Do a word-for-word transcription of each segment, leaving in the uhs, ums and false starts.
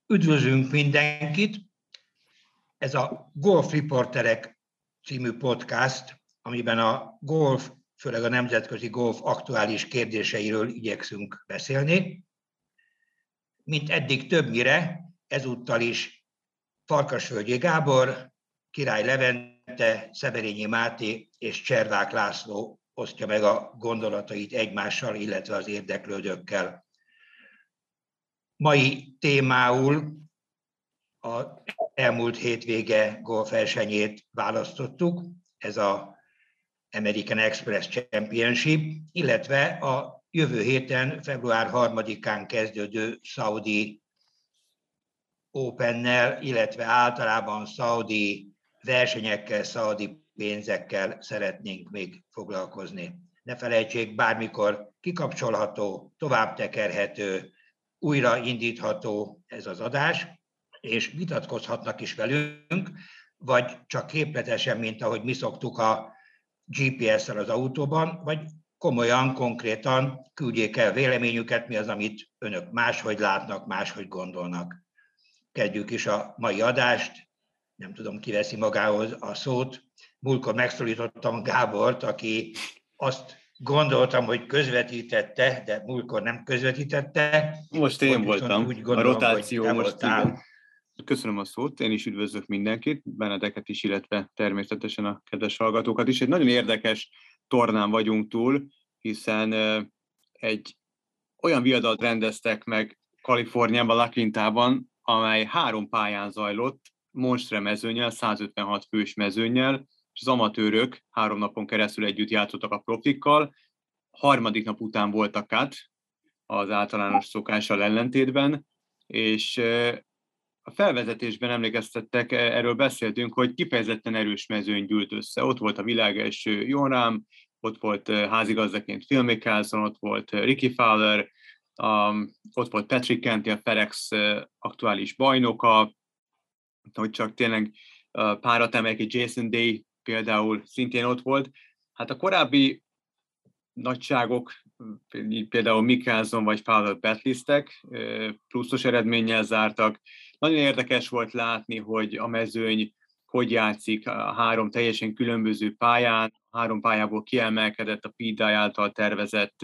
Üdvözlünk mindenkit! Ez a Golf Riporterek című podcast, amiben a golf, főleg a nemzetközi golf aktuális kérdéseiről igyekszünk beszélni. Mint eddig többnyire, ezúttal is Farkasvölgyi Gábor, Király Levente, Szeberényi Máté és Cservák László osztja meg a gondolatait egymással, illetve az érdeklődőkkel. Mai témául az elmúlt hétvége golfversenyét választottuk, ez az American Express Championship, illetve a jövő héten, február harmadikán kezdődő Saudi Opennel, illetve általában szaudi versenyekkel, szaudi pénzekkel szeretnénk még foglalkozni. Ne felejtsék, bármikor kikapcsolható, továbbtekerhető, újraindítható ez az adás, és vitatkozhatnak is velünk, vagy csak képletesen, mint ahogy mi szoktuk a gé pé es-szel az autóban, vagy komolyan, konkrétan küldjék el véleményüket, mi az, amit önök máshogy látnak, máshogy gondolnak. Kezdjük is a mai adást, nem tudom, ki veszi magához a szót. Múltkor megszólítottam Gábort, aki azt gondoltam, hogy közvetítette, de múltkor nem közvetítette. Most én voltam, úgy gondolom, a rotáció most igen. Köszönöm a szót, én is üdvözlök mindenkit, Benedeket is, illetve természetesen a kedves hallgatókat is. Egy nagyon érdekes tornán vagyunk túl, hiszen egy olyan viadalt rendeztek meg Kaliforniában, La Quintában, amely három pályán zajlott, monstre mezőnnyel, százötvenhat fős mezőnnyel, és az amatőrök három napon keresztül együtt játszottak a profikkal. Harmadik nap után volt a cut, az általános szokással ellentétben, és a felvezetésben emlékeztettek, erről beszéltünk, hogy kifejezetten erős mezőny gyűlt össze. Ott volt a világ első Jon Rahm, ott volt házigazdaként Phil Mickelson, ott volt Rickie Fowler, um, ott volt Patrick Cantlay, a FedEx aktuális bajnoka, hogy csak tényleg párat emelki, Jason Day például szintén ott volt. Hát a korábbi nagyságok, például Mickelson vagy Fowler betliztek, pluszos eredménnyel zártak. Nagyon érdekes volt látni, hogy a mezőny hogy játszik a három teljesen különböző pályán. A három pályából kiemelkedett a Pete Dye által tervezett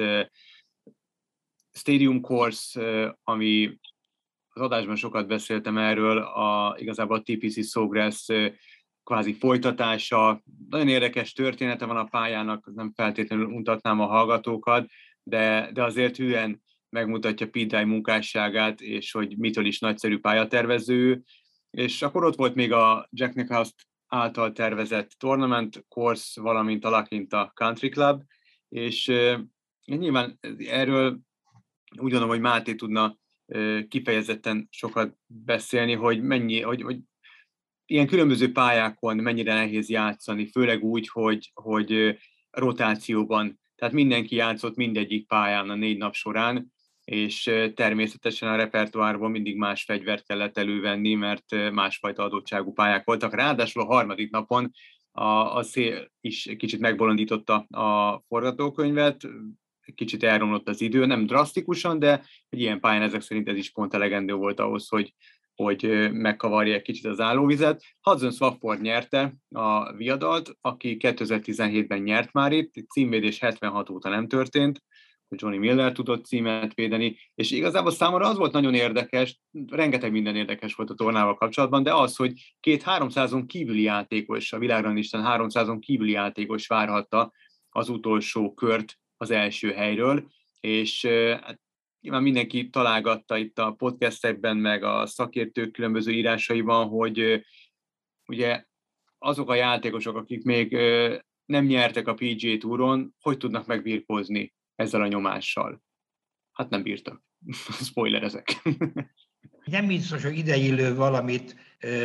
Stadium Course, ami az adásban sokat beszéltem erről, a, igazából a té pé cé Sawgrass kvázi folytatása. Nagyon érdekes története van a pályának, nem feltétlenül mutatnám a hallgatókat, de, de azért hűen megmutatja Pete Dye munkásságát, és hogy mitől is nagyszerű pályatervező. És akkor ott volt még a Jack Nicklaus által tervezett Tournament Course, valamint a La Quinta Country Club, és e, nyilván erről úgy gondolom, hogy Máté tudna e, kifejezetten sokat beszélni, hogy mennyi, hogy, hogy ilyen különböző pályákon mennyire nehéz játszani, főleg úgy, hogy, hogy rotációban, tehát mindenki játszott mindegyik pályán a négy nap során, és természetesen a repertoárban mindig más fegyvert kellett elővenni, mert másfajta adottságú pályák voltak. Ráadásul a harmadik napon a, a szél is kicsit megbolondította a forgatókönyvet, kicsit elromlott az idő, nem drasztikusan, de egy ilyen pályán ezek szerint ez is pont elegendő volt ahhoz, hogy hogy megkavarja egy kicsit az állóvizet. Hudson Swafford nyerte a viadalt, aki kétezer-tizenhétben nyert már itt, címvédés hetvenhat óta nem történt, hogy Johnny Miller tudott címet védeni, és igazából számomra az volt nagyon érdekes, rengeteg minden érdekes volt a tornával kapcsolatban, de az, hogy két háromszázon kívüli játékos, a világranglistán háromszázon kívüli játékos várhatta az utolsó kört az első helyről, és nyilván mindenki találgatta itt a podcastekben, meg a szakértők különböző írásaiban, hogy ugye azok a játékosok, akik még nem nyertek a pé gé á Touron, hogy tudnak megbirkózni ezzel a nyomással? Hát nem bírtak. Spoiler ezek. Nem biztos, hogy ideillő valamit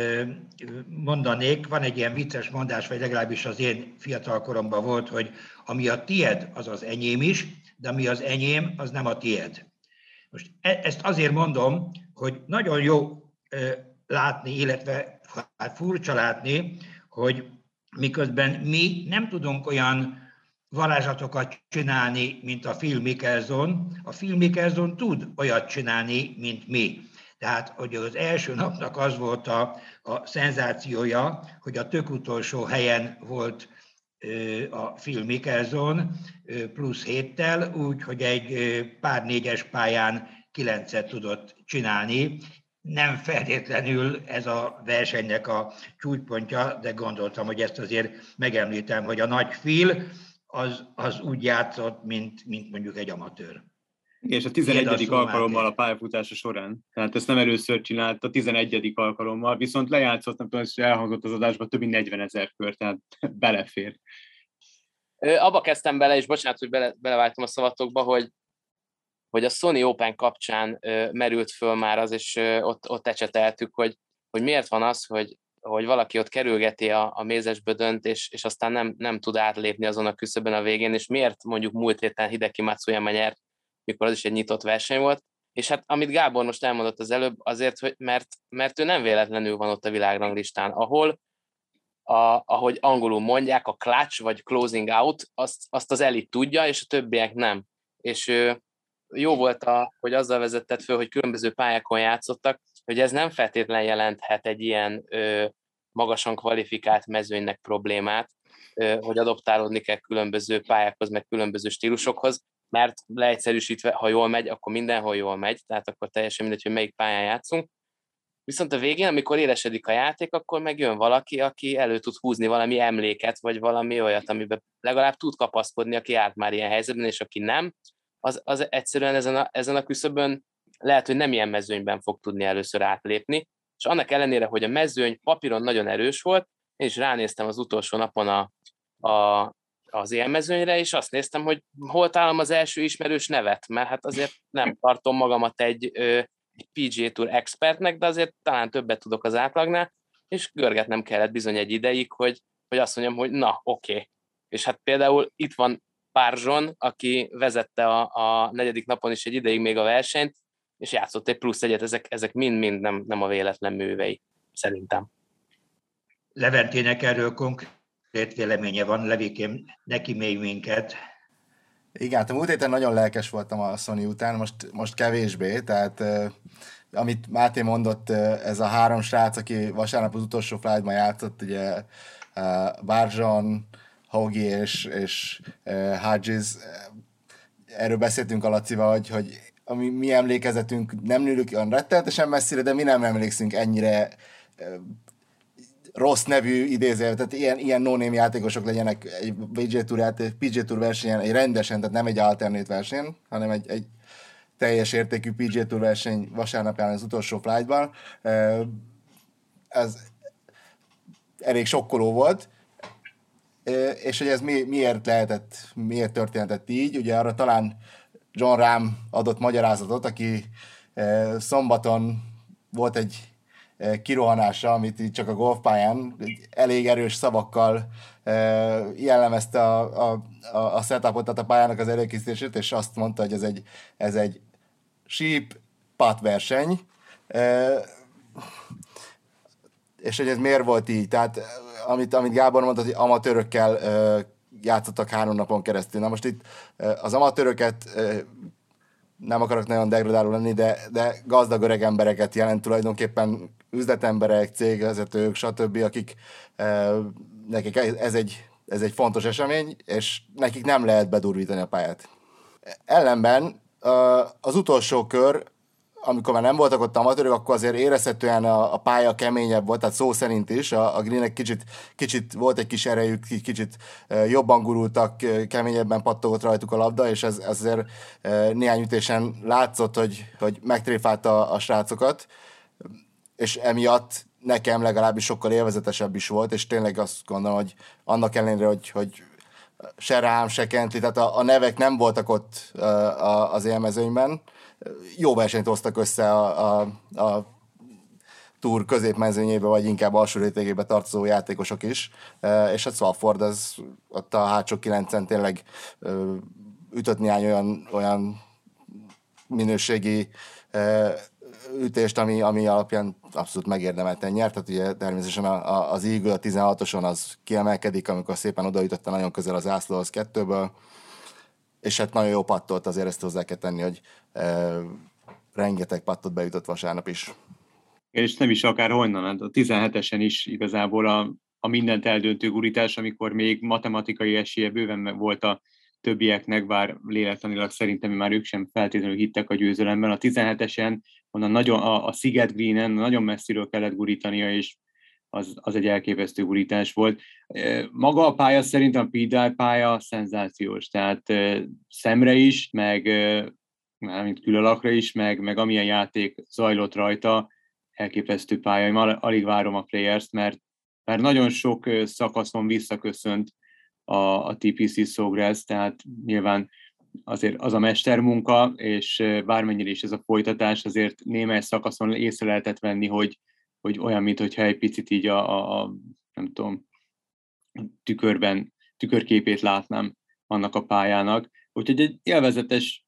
mondanék. Van egy ilyen vicces mondás, vagy legalábbis az én fiatal koromban volt, hogy ami a tied, az az enyém is, de ami az enyém, az nem a tied. Most ezt azért mondom, hogy nagyon jó látni, illetve hát furcsa látni, hogy miközben mi nem tudunk olyan varázslatokat csinálni, mint a Phil Mickelson, a Phil Mickelson tud olyat csinálni, mint mi. Tehát, hogy az első napnak az volt a, a szenzációja, hogy a tök utolsó helyen volt a Phil Mickelson plusz héttel, úgy, hogy egy pár négyes pályán kilencet tudott csinálni. Nem feltétlenül ez a versenynek a csúcspontja, de gondoltam, hogy ezt azért megemlítem, hogy a nagy Phil az, az úgy játszott, mint, mint mondjuk egy amatőr. És a tizenegyedik alkalommal a pályafutása során. Tehát ezt nem először csinált, a tizenegyedik alkalommal, viszont lejátszott, nem tudom, hogy elhangzott az adásban több mint negyvenezer kör, tehát belefér. Abba kezdtem bele, és bocsánat, hogy bele, beleváltam a szavatokba, hogy, hogy a Sony Open kapcsán ö, merült föl már az, és ö, ott, ott ecseteltük, hogy, hogy miért van az, hogy, hogy valaki ott kerülgeti a, a mézesbödönt, és, és aztán nem, nem tud átlépni azon a küszöbön a végén, és miért mondjuk múlt héten Hideki Matsuyama nyert, mikor az is egy nyitott verseny volt, és hát amit Gábor most elmondott az előbb, azért, hogy mert, mert ő nem véletlenül van ott a világranglistán, ahol, a, ahogy angolul mondják, a clutch vagy closing out, azt, azt az elit tudja, és a többiek nem. És ő, jó volt, a, hogy azzal vezetett föl, hogy különböző pályákon játszottak, hogy ez nem feltétlenül jelenthet egy ilyen ö, magasan kvalifikált mezőnynek problémát, ö, hogy adoptálódni kell különböző pályákhoz, meg különböző stílusokhoz, mert leegyszerűsítve, ha jól megy, akkor mindenhol jól megy, tehát akkor teljesen mindegy, hogy melyik pályán játszunk. Viszont a végén, amikor élesedik a játék, akkor megjön valaki, aki elő tud húzni valami emléket, vagy valami olyat, amiben legalább tud kapaszkodni, aki állt már ilyen helyzetben, és aki nem, az, az egyszerűen ezen a, ezen a küszöbön lehet, hogy nem ilyen mezőnyben fog tudni először átlépni, és annak ellenére, hogy a mezőny papíron nagyon erős volt, én is ránéztem az utolsó napon a, a az ilyen mezőnyre, és azt néztem, hogy hol találom az első ismerős nevet, mert hát azért nem tartom magamat egy, egy pé gé Tour expertnek, de azért talán többet tudok az átlagnál, és görgetnem kellett bizony egy ideig, hogy, hogy azt mondjam, hogy na, oké. Okay. És hát például itt van Párzson, aki vezette a, a negyedik napon is egy ideig még a versenyt, és játszott egy plusz egyet, ezek, ezek mind-mind nem, nem a véletlen művei, szerintem. Leventének erről konkrét véleménye van, Levikém, neki mély minket. Igen, hát a múlt héten nagyon lelkes voltam a Sony után, most, most kevésbé, tehát uh, amit Máté mondott, uh, ez a három srác, aki vasárnap az utolsó flightban játszott, ugye uh, Barzson, Hogi és, és uh, Hodges, erről beszéltünk a Lacival, hogy, hogy a mi, mi emlékezetünk nem nőlük olyan rettenetesen messzire, de mi nem emlékszünk ennyire uh, rossz nevű idéző, tehát ilyen, ilyen no-name játékosok legyenek egy pé gé Tour, játék, pé gé Tour versenyen, egy rendesen, tehát nem egy alternate versenyen, hanem egy, egy teljes értékű pé gé Tour verseny vasárnapján az utolsó flightban. Ez elég sokkoló volt, és hogy ez mi, miért lehetett, miért történhetett így, ugye arra talán John Rahm adott magyarázatot, aki szombaton volt egy kirohanása, amit így csak a golfpályán elég erős szavakkal jellemezte a, a, a, a setupot, tehát a pályának az előkészítését, és azt mondta, hogy ez egy, ez egy sheep putt verseny, és hogy ez miért volt így, tehát amit, amit Gábor mondta, hogy amatőrökkel játszottak három napon keresztül. Na most itt az amatőröket nem akarok nagyon degradáló lenni, de, de gazdag öreg embereket jelent tulajdonképpen, üzletemberek, cégvezetők, stb., akik eh, nekik ez egy, ez egy fontos esemény, és nekik nem lehet bedurvítani a pályát. Ellenben az utolsó kör, amikor már nem voltak ott amatőrök, akkor azért érezhetően a, a pálya keményebb volt, tehát szó szerint is, a, a greenek kicsit, kicsit volt egy kis erejük, kicsit jobban gurultak, keményebben pattogott rajtuk a labda, és ez, ez azért néhány ütésen látszott, hogy, hogy megtréfálta a srácokat, és emiatt nekem legalábbis sokkal élvezetesebb is volt, és tényleg azt gondolom, hogy annak ellenére, hogy, hogy se Rahm, se Kentley, tehát a, a nevek nem voltak ott a, a, az élmezőnyben, jó versenyt hoztak össze a, a, a túr középmezőnyébe, vagy inkább alsó rétegébe tartozó játékosok is, és a Swafford az ott a hátsó kilencen tényleg ütött néhány olyan, olyan minőségi ütést, ami, ami alapján abszolút megérdemelten nyert, tehát ugye természetesen a, a, az Eagle a tizenhatoson az kiemelkedik, amikor szépen odaütötte nagyon közel az zászlóhoz kettőből, és hát nagyon jó pattolt, azért ezt hozzá kell tenni, hogy e, rengeteg pattot beütött vasárnap is. És nem is akár honnan, a tizenhetesen is igazából a, a mindent eldöntő gurítás, amikor még matematikai esélye bőven volt a többieknek, bár lélektanilag szerintem már ők sem feltétlenül hittek a győzelemben. A tizenhetesen, onnan nagyon, a, a Sziget Greenen nagyon messziről kellett gurítania, és az, az egy elképesztő gurítás volt. Maga a pálya szerintem a Pete pálya szenzációs, tehát szemre is, meg mármint külalakra is, meg, meg amilyen játék zajlott rajta, elképesztő pálya. Én alig várom a Players-t, mert, mert nagyon sok szakaszon visszaköszönt a, a té pé cé Sawgrass, tehát nyilván azért az a mestermunka, és bármennyire is ez a folytatás, azért némely szakaszon észre lehetett venni, hogy, hogy olyan, mintha egy picit így a, a, a nem tudom, tükörben, tükörképét látnám annak a pályának. Úgyhogy egy élvezetes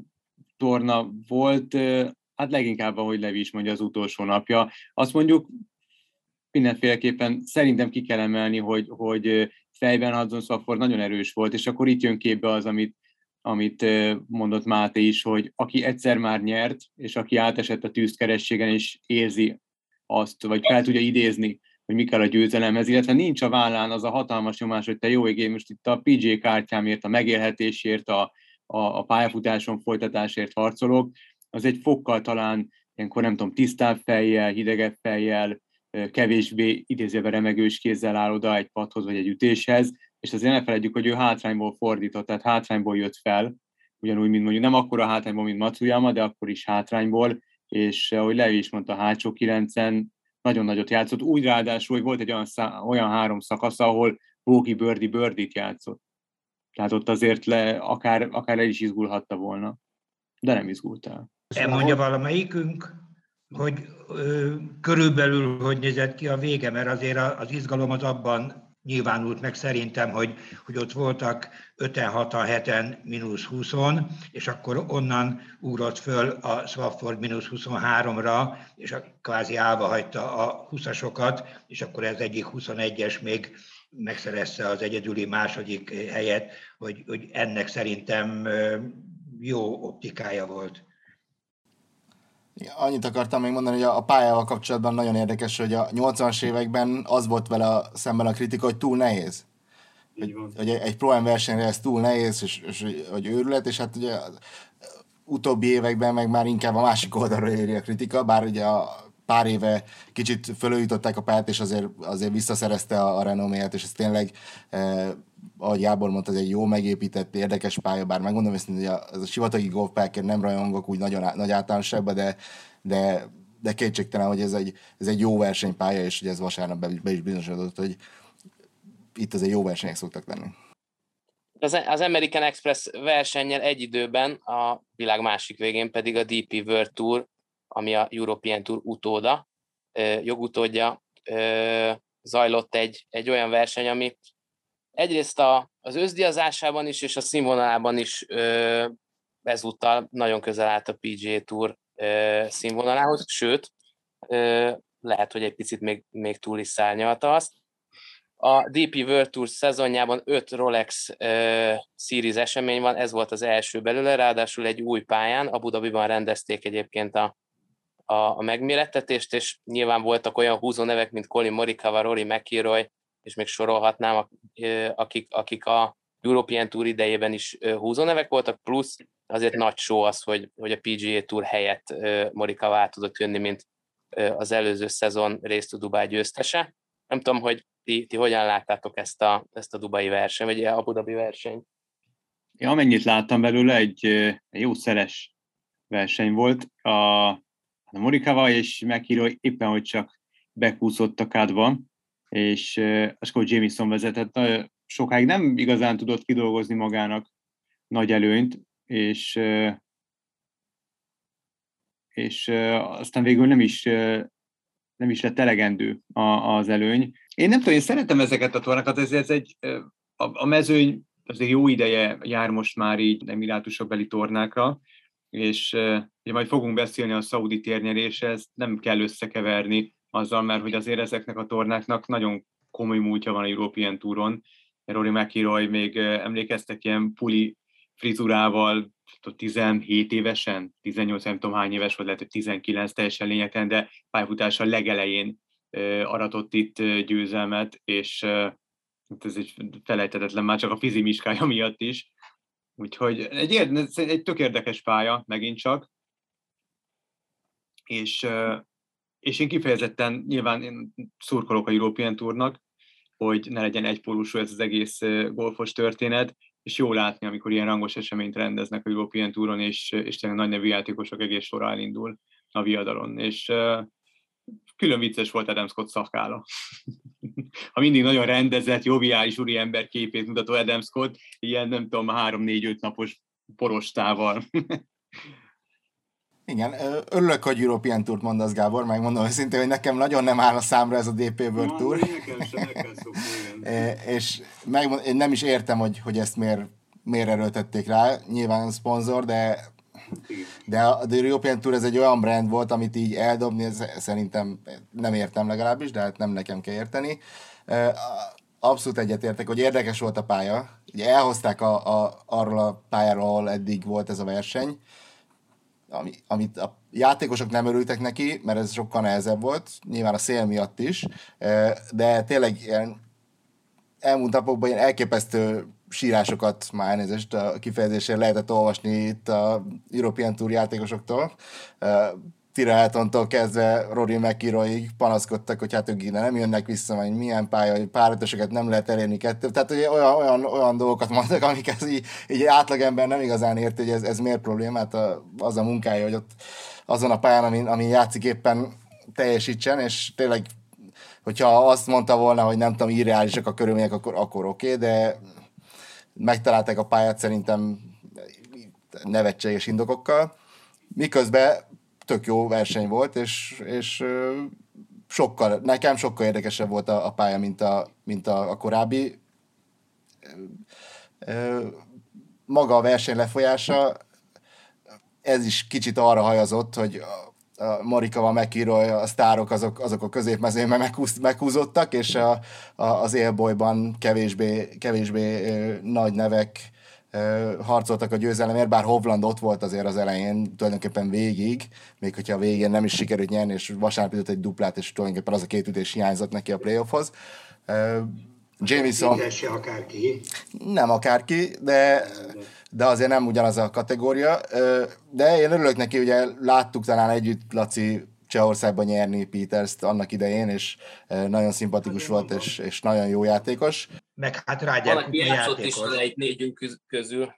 torna volt, hát leginkább, ahogy Levi is mondja, az utolsó napja. Azt mondjuk mindenféleképpen szerintem ki kell emelni, hogy, hogy fejben Hudson Swafford nagyon erős volt, és akkor itt jön képbe az, amit, amit mondott Máté is, hogy aki egyszer már nyert, és aki átesett a tűzkerességen, és érzi azt, vagy fel tudja idézni, hogy mi kell a győzelemhez, illetve nincs a vállán az a hatalmas nyomás, hogy te jó ég, most itt a pé gé kártyámért, a megélhetésért, a, a, a pályafutáson folytatásért harcolok, az egy fokkal talán ilyenkor nem tudom, tisztább fejjel, hidegebb fejjel, kevésbé idézőben remegős kézzel áll oda egy padhoz vagy egy ütéshez, és azért ne felejtjük, hogy ő hátrányból fordított, tehát hátrányból jött fel, ugyanúgy, mint mondjuk nem akkora hátrányból, mint Matsuyama, de akkor is hátrányból, és ahogy Levi is mondta, a hátsó kilencen nagyon nagyot játszott, úgy ráadásul, hogy volt egy olyan, szá- olyan három szakasz, ahol bogey, birdie, birdie-t játszott. Tehát ott azért le, akár, akár el is izgulhatta volna, de nem izgult el. Elmondja valamelyikünk, hogy ö, körülbelül hogy nézett ki a vége, mert azért az izgalom az abban nyilvánult meg szerintem, hogy, hogy ott voltak öten, hatan, heten, mínusz húszon, és akkor onnan ugrott föl a Swafford mínusz huszonháromra, és a, kvázi állva hagyta a húszasokat, és akkor ez egyik huszonegyes még megszerezte az egyedüli második helyet, hogy, hogy ennek szerintem jó optikája volt. Annyit akartam még mondani, hogy a pályával kapcsolatban nagyon érdekes, hogy a nyolcvanas években az volt vele szemben a kritika, hogy túl nehéz. Hogy, hogy egy Pro-Am versenyre ez túl nehéz, és, és hogy őrület, és hát ugye utóbbi években meg már inkább a másik oldalra éri a kritika, bár ugye a pár éve kicsit fölújították a pályát, és azért, azért visszaszerezte a, a renoméját, és ez tényleg, eh, ahogy Gábor mondta, ez egy jó megépített, érdekes pálya, bár megmondom őszintén, hogy a, ez a sivatagi golfpályákért nem rajongok úgy nagyon, nagy általánosságban, de, de, de kétségtelen, hogy ez egy, ez egy jó versenypálya, és ugye ez vasárnap be, be is bizonyosodott, hogy itt azért jó versenyek szoktak lenni. Az, az American Express versennyel egy időben, a világ másik végén pedig a dé pé World Tour, ami a European Tour utóda, jogutódja, zajlott egy, egy olyan verseny, ami egyrészt a, az őszdiazásában is, és a színvonalában is ezúttal nagyon közel állt a pé gé Tour színvonalához, sőt, lehet, hogy egy picit még, még túl is szárnyalta azt. A dé pé World Tour szezonjában öt Rolex uh, Series esemény van, ez volt az első belőle, ráadásul egy új pályán, Abu Dhabiban rendezték egyébként a, a, a megmérettetést, és nyilván voltak olyan húzó nevek, mint Collin Morikawa, Rory McIlroy, és még sorolhatnám, akik, akik a European Tour idejében is húzó nevek voltak, plusz azért nagy show az, hogy, hogy a pé gé á Tour helyett Morikawa át tudott jönni, mint az előző szezon Race to Dubai győztese. Nem tudom, hogy ti, ti hogyan láttátok ezt a, ezt a dubai verseny, vagy a Abu Dhabi verseny? Én amennyit láttam belőle, egy, egy jó szeles verseny volt. A, a Morikawa és McIlroy éppen, hogy csak bekúszott a kádba, és a Scott Jamieson vezetett. Sokáig nem igazán tudott kidolgozni magának nagy előnyt, és, és aztán végül nem is, nem is lett elegendő az előny. Én nem tudom, én szeretem ezeket a tornákat, ez, ez egy, a, a mezőny azért jó ideje jár most már így emirátusabbeli tornákra, és ugye majd fogunk beszélni a szaudi térnyerésre, ezt nem kell összekeverni azzal, mert hogy azért ezeknek a tornáknak nagyon komoly múltja van a European Touron. Rory McIlroy még emlékeztek ilyen puli frizurával, tizenhét évesen, tizennyolc, nem tudom hány éves volt, lehet, hogy tizenkilenc, teljesen lényegtelen, de pályafutása legelején aratott itt győzelmet, és ez egy felejthetetlen már csak a fizimiskája miatt is. Úgyhogy egy, egy tök érdekes pálya, megint csak. És, és én kifejezetten nyilván én szurkolok a European Tournak, hogy ne legyen egypólusú ez az egész golfos történet, és jó látni, amikor ilyen rangos eseményt rendeznek a European Touron, és, és tényleg nagy nevű játékosok egész sor elindul a viadalon. És uh, külön vicces volt Adam Scott szakála. Ha mindig nagyon rendezett, joviális úriember képét mutató Adam Scott, ilyen nem tudom, három-négy-öt napos porostával. Igen, örülök, hogy European Tourt mondasz, Gábor, megmondom őszintén, hogy nekem nagyon nem áll a számra ez a dé pé World Tour. Nekem sem, nekem szokni, és megmond, én nem is értem, hogy, hogy ezt miért, miért erőltették rá, nyilván szponzor, de, de a The European Tour ez egy olyan brand volt, amit így eldobni, szerintem nem értem legalábbis, de hát nem nekem kell érteni. Abszolút egyetértek, hogy érdekes volt a pálya. Ugye elhozták a, a, arról a pályáról, ahol eddig volt ez a verseny, Ami, amit a játékosok nem örültek neki, mert ez sokkal nehezebb volt, nyilván a szél miatt is, de tényleg ilyen elmúlt napokban ilyen elképesztő sírásokat, már elnézést a kifejezésért lehetett olvasni itt a European Tour játékosoktól. Tyrrell Hattontól kezdve Rory McIlroyig panaszkodtak, hogy hát ők ide nem jönnek vissza, vagy milyen pálya, hogy párötösöket nem lehet elérni kettő. Tehát ugye olyan, olyan, olyan dolgokat mondtak, amiket így, így átlagember nem igazán érti, hogy ez, ez miért problémát, az a munkája, hogy ott azon a pályán, amin, amin játszik éppen teljesítsen, és tényleg, hogyha azt mondta volna, hogy nem tudom, irreálisak a körülmények, akkor, akkor oké, okay, de megtalálták a pályát szerintem nevetséges indokokkal. Miközben tök jó verseny volt, és, és sokkal, nekem sokkal érdekesebb volt a, a pálya, mint a, mint a, a korábbi. Maga a verseny lefolyása, ez is kicsit arra hajazott, hogy a, a Morikawa, McIlroy, a sztárok azok, azok a középmezőnyben meghúz, meghúzottak, és a, a, az élbolyban kevésbé, kevésbé nagy nevek harcoltak a győzelemért, bár Hovland ott volt azért az elején, tulajdonképpen végig, még hogyha a végén nem is sikerült nyerni, és vasárnap ütött egy duplát, és tulajdonképpen az a két ütés hiányzott neki a playoffhoz. Uh, Jamieson... akárki. Nem akárki, de, de azért nem ugyanaz a kategória. Uh, de én örülök neki, ugye láttuk talán együtt Laci Csehországban nyerni Peters-t annak idején, és uh, nagyon szimpatikus nagyon volt, és, és nagyon jó játékos. Meg hát Ryder Kupa játékos. Van, aki egy négyünk közül.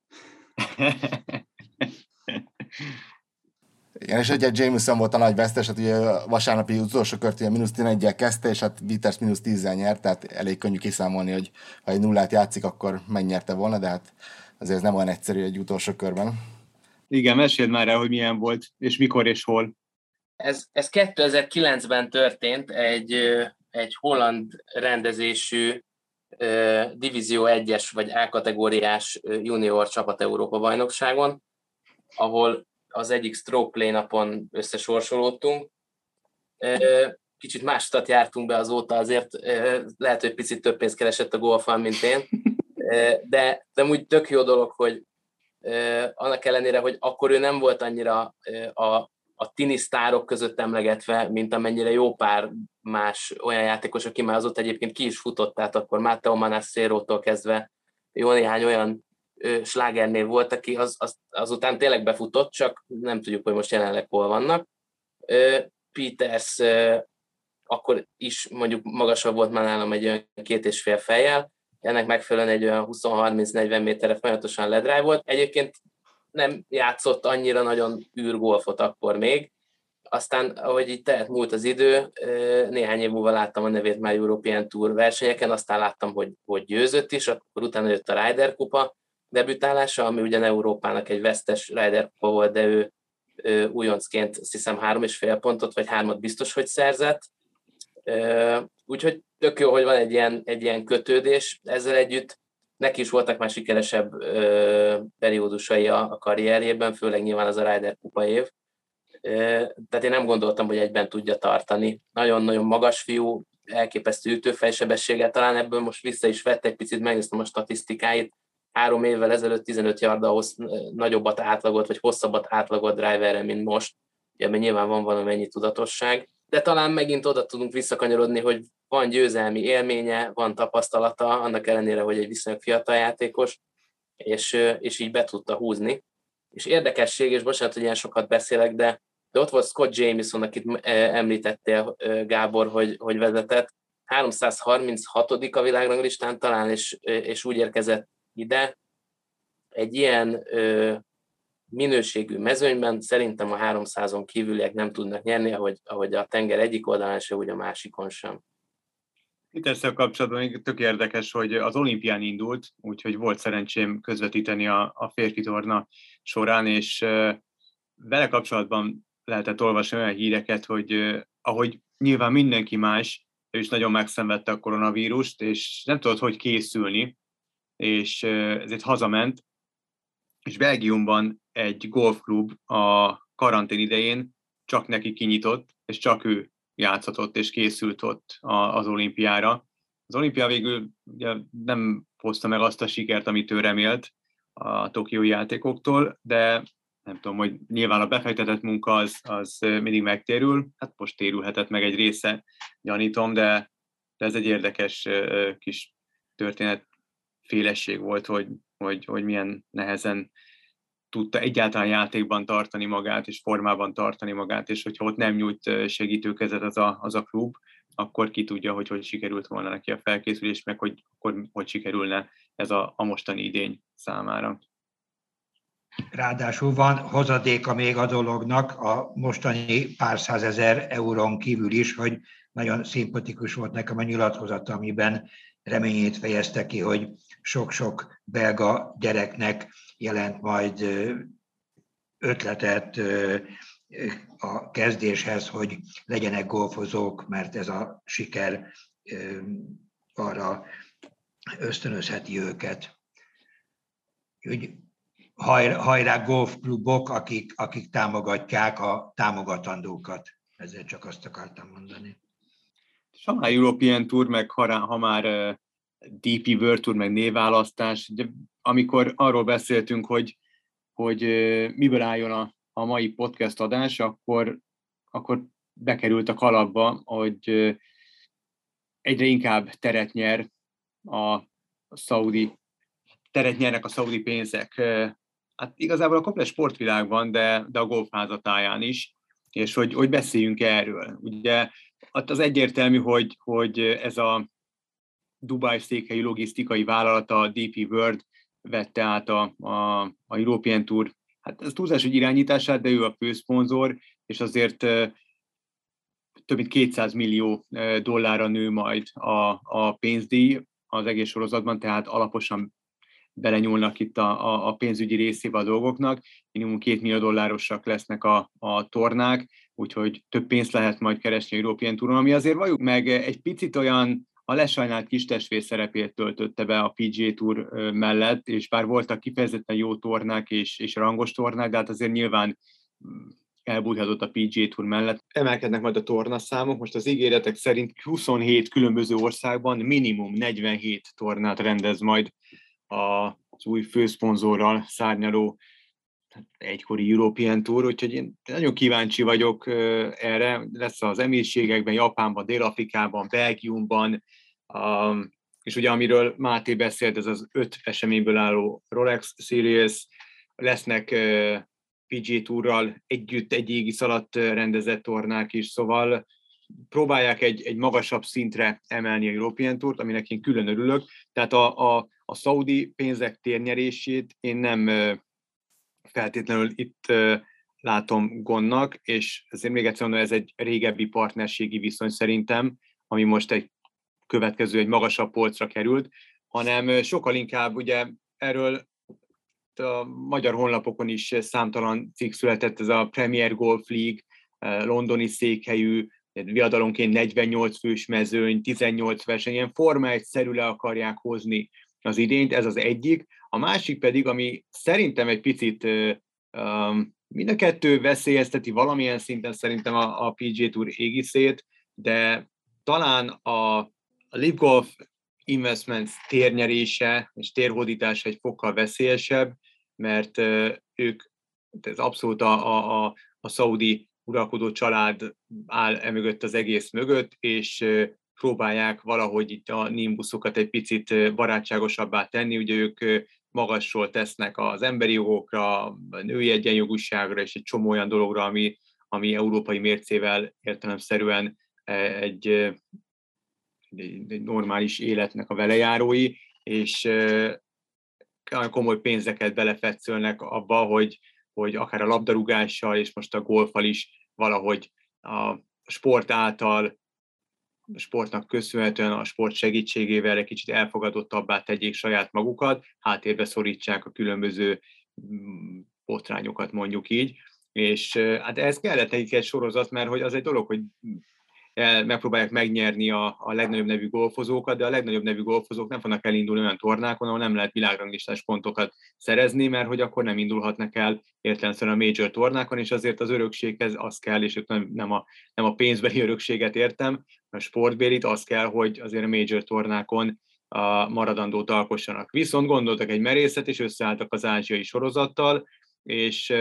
Igen, és ugye Jameson volt a nagy vesztes, hát ugye a vasárnapi utolsó kört ugye mínusz tizenegyel kezdte, és hát Peters mínusz tízzel nyert, tehát elég könnyű kiszámolni, hogy ha egy nullát játszik, akkor megnyerte volna, de hát azért ez nem olyan egyszerű egy utolsó körben. Igen, meséld már el, hogy milyen volt, és mikor és hol. Ez, ez kétezer-kilencben történt egy, egy holland rendezésű Divízió egyes vagy A-kategóriás junior csapat Európa-bajnokságon, ahol az egyik stroke play napon összesorsolódtunk. Kicsit mástat jártunk be azóta, azért lehet, hogy picit több pénzt keresett a golfan, mint én, de, de úgy tök jó dolog, hogy annak ellenére, hogy akkor ő nem volt annyira a a tini sztárok között emlegetve, mint amennyire jó pár más olyan játékos, aki már azóta egyébként ki is futott, tehát akkor Matteo Manassero-tól kezdve jó néhány olyan ö, slágernév volt, aki az, az, azután tényleg befutott, csak nem tudjuk, hogy most jelenleg hol vannak. Ö, Peters ö, akkor is mondjuk magasabb volt már nálam egy olyan két és fél fejjel, ennek megfelelően egy olyan húsz-harminc-negyven méterre folyamatosan ledrive volt. Egyébként nem játszott annyira nagyon űrgolfot akkor még. Aztán, ahogy így tehet múlt az idő, néhány év múlva láttam a nevét már European Tour versenyeken, aztán láttam, hogy, hogy győzött is, akkor utána jött a Ryder Kupa debütálása, ami ugyan Európának egy vesztes Ryder Kupa volt, de ő, ő újoncként azt hiszem három és fél pontot, vagy hármat biztos, hogy szerzett. Úgyhogy tök jó, hogy van egy ilyen, egy ilyen kötődés. Ezzel együtt neki is voltak már sikeresebb ö, periódusai a, a karrierjében, főleg nyilván az a Ryder Kupa év. Ö, tehát én nem gondoltam, hogy egyben tudja tartani. Nagyon-nagyon magas fiú, elképesztő ütőfejsebességgel, talán ebből most vissza is vett egy picit, megnéztem a statisztikáit, három évvel ezelőtt tizenöt yarddal hossz, nagyobbat átlagolt, vagy hosszabbat átlagolt driverre, mint most, ebben nyilván van valamennyi tudatosság, de talán megint oda tudunk visszakanyarodni, hogy van győzelmi élménye, van tapasztalata, annak ellenére, hogy egy viszonylag fiatal játékos, és, és így be tudta húzni. És érdekesség, és bocsánat, hogy ilyen sokat beszélek, de, de ott volt Scott Jamieson, akit említettél, Gábor, hogy, hogy vezetett, háromszázharminchatodik a világranglistán talán, és, és úgy érkezett ide. Egy ilyen ö, minőségű mezőnyben szerintem a háromszázon kívüliek nem tudnak nyerni, ahogy, ahogy a tenger egyik oldalán se, úgy a másikon sem. Itt ezzel kapcsolatban tök érdekes, hogy az olimpián indult, úgyhogy volt szerencsém közvetíteni a, a férfi torna során, és uh, vele kapcsolatban lehetett olvasni olyan híreket, hogy uh, ahogy nyilván mindenki más, ő is nagyon megszenvedte a koronavírust, és nem tudott, hogy készülni, és uh, ezért hazament, és Belgiumban egy golfklub a karantén idején csak neki kinyitott, és csak ő játszhatott és készült ott az olimpiára. Az olimpia végül ugye nem hozta meg azt a sikert, amit ő remélt a tokiói játékoktól, de nem tudom, hogy nyilván a befektetett munka az, az mindig megtérül, hát most térülhetett meg egy része, gyanítom, de, de ez egy érdekes kis történetfélesség volt, hogy, hogy, hogy milyen nehezen tudta egyáltalán játékban tartani magát, és formában tartani magát, és hogyha ott nem nyújt segítőkezet az a, az a klub, akkor ki tudja, hogy hogy sikerült volna neki a felkészülés, meg hogy hogy, hogy sikerülne ez a, a mostani idény számára. Ráadásul van hozadéka még a dolognak, a mostani pár százezer eurón kívül is, hogy nagyon szimpatikus volt nekem a nyilatkozat, amiben reményét fejezte ki, hogy sok-sok belga gyereknek jelent majd ötletet a kezdéshez, hogy legyenek golfozók, mert ez a siker arra ösztönözheti őket. Úgy, hajrá golfklubok, akik, akik támogatják a támogatandókat. Ezzel csak azt akartam mondani. És ha már European Tour, meg ha, ha már dé pé World Tour, meg névválasztás, ugye, amikor arról beszéltünk, hogy, hogy miből álljon a, a mai podcast adás, akkor, akkor bekerült a kalapba, hogy egyre inkább teret nyer a, a szaudi, teret nyernek a szaudi pénzek. Hát igazából a komplet sportvilágban, de, de a golf házatáján is, és hogy, hogy beszéljünk erről. Ugye az egyértelmű, hogy, hogy ez a Dubai székhelyű logisztikai vállalata, a dé pé World vette át a, a, a European Tour, hát ez túlzás, hogy irányítását, de ő a főszponzor, és azért több mint kétszáz millió dollárra nő majd a, a pénzdíj az egész sorozatban, tehát alaposan belenyúlnak itt a, a, a pénzügyi részébe a dolgoknak, minimum két millió dollárosak lesznek a, a tornák, úgyhogy több pénzt lehet majd keresni a European Touron, ami azért valljuk meg egy picit olyan a lesajnált kis testvér szerepét töltötte be a pé gé á Tour mellett, és bár voltak kifejezetten jó tornák és, és rangos tornák, de hát azért nyilván elbújhatott a pé gé á Tour mellett. Emelkednek majd a tornaszámok, most az ígéretek szerint huszonhét különböző országban minimum negyvenhét tornát rendez majd az új főszponzorral szárnyaló egykori European Tour, úgyhogy én nagyon kíváncsi vagyok erre. Lesz az Emírségekben, Japánban, Dél-Afrikában, Belgiumban, és ugye amiről Máté beszélt, ez az öt eseményből álló Rolex Series, lesznek pé gé á Tourral együtt egy égisz alatt rendezett tornák is, szóval próbálják egy, egy magasabb szintre emelni a European Tourt, aminek én külön örülök. Tehát a, a, a szaudi pénzek térnyerését én nem feltétlenül itt látom gondnak, és ezért még egyszer mondom, ez egy régebbi partnerségi viszony szerintem, ami most egy következő, egy magasabb polcra került, hanem sokkal inkább ugye erről a magyar honlapokon is számtalan cikk született, ez a Premier Golf League, londoni székhelyű, viadalonként negyvennyolc fős mezőny, tizennyolc verseny, ilyen Forma egy-szerű le akarják hozni az idényt, ez az egyik. A másik pedig, ami szerintem egy picit um, mind a kettő veszélyezteti valamilyen szinten szerintem a, a pé gé á Tour égiszét, de talán a, a Live Golf Investments térnyerése és térhódítása egy fokkal veszélyesebb, mert ők, ez abszolút a, a, a szaudi uralkodó család áll emögött az egész mögött, és próbálják valahogy itt a nimbuszokat egy picit barátságosabbá tenni, ugye ők magasról tesznek az emberi jogokra, a női egyenjogúságra és egy csomó olyan dologra, ami, ami európai mércével értelemszerűen egy, egy normális életnek a velejárói, és komoly pénzeket belefetszölnek abba, hogy, hogy akár a labdarúgással és most a golffal is valahogy a sport által, a sportnak köszönhetően, a sport segítségével egy kicsit elfogadottabbá tegyék saját magukat, háttérbe szorítsák a különböző botrányokat, mondjuk így. És hát ez kellett nekik egy sorozat, mert hogy az egy dolog, hogy megpróbálják megnyerni a, a legnagyobb nevű golfozókat, de a legnagyobb nevű golfozók nem fognak elindulni olyan tornákon, ahol nem lehet világranglistás pontokat szerezni, mert hogy akkor nem indulhatnak el értelemszerűen a major tornákon, és azért az örökséghez az kell, és nem, nem, a, nem a pénzbeli örökséget értem, a sportbélit, az kell, hogy azért a major tornákon a maradandót alkossanak. Viszont gondoltak egy merészet, és összeálltak az ázsiai sorozattal, és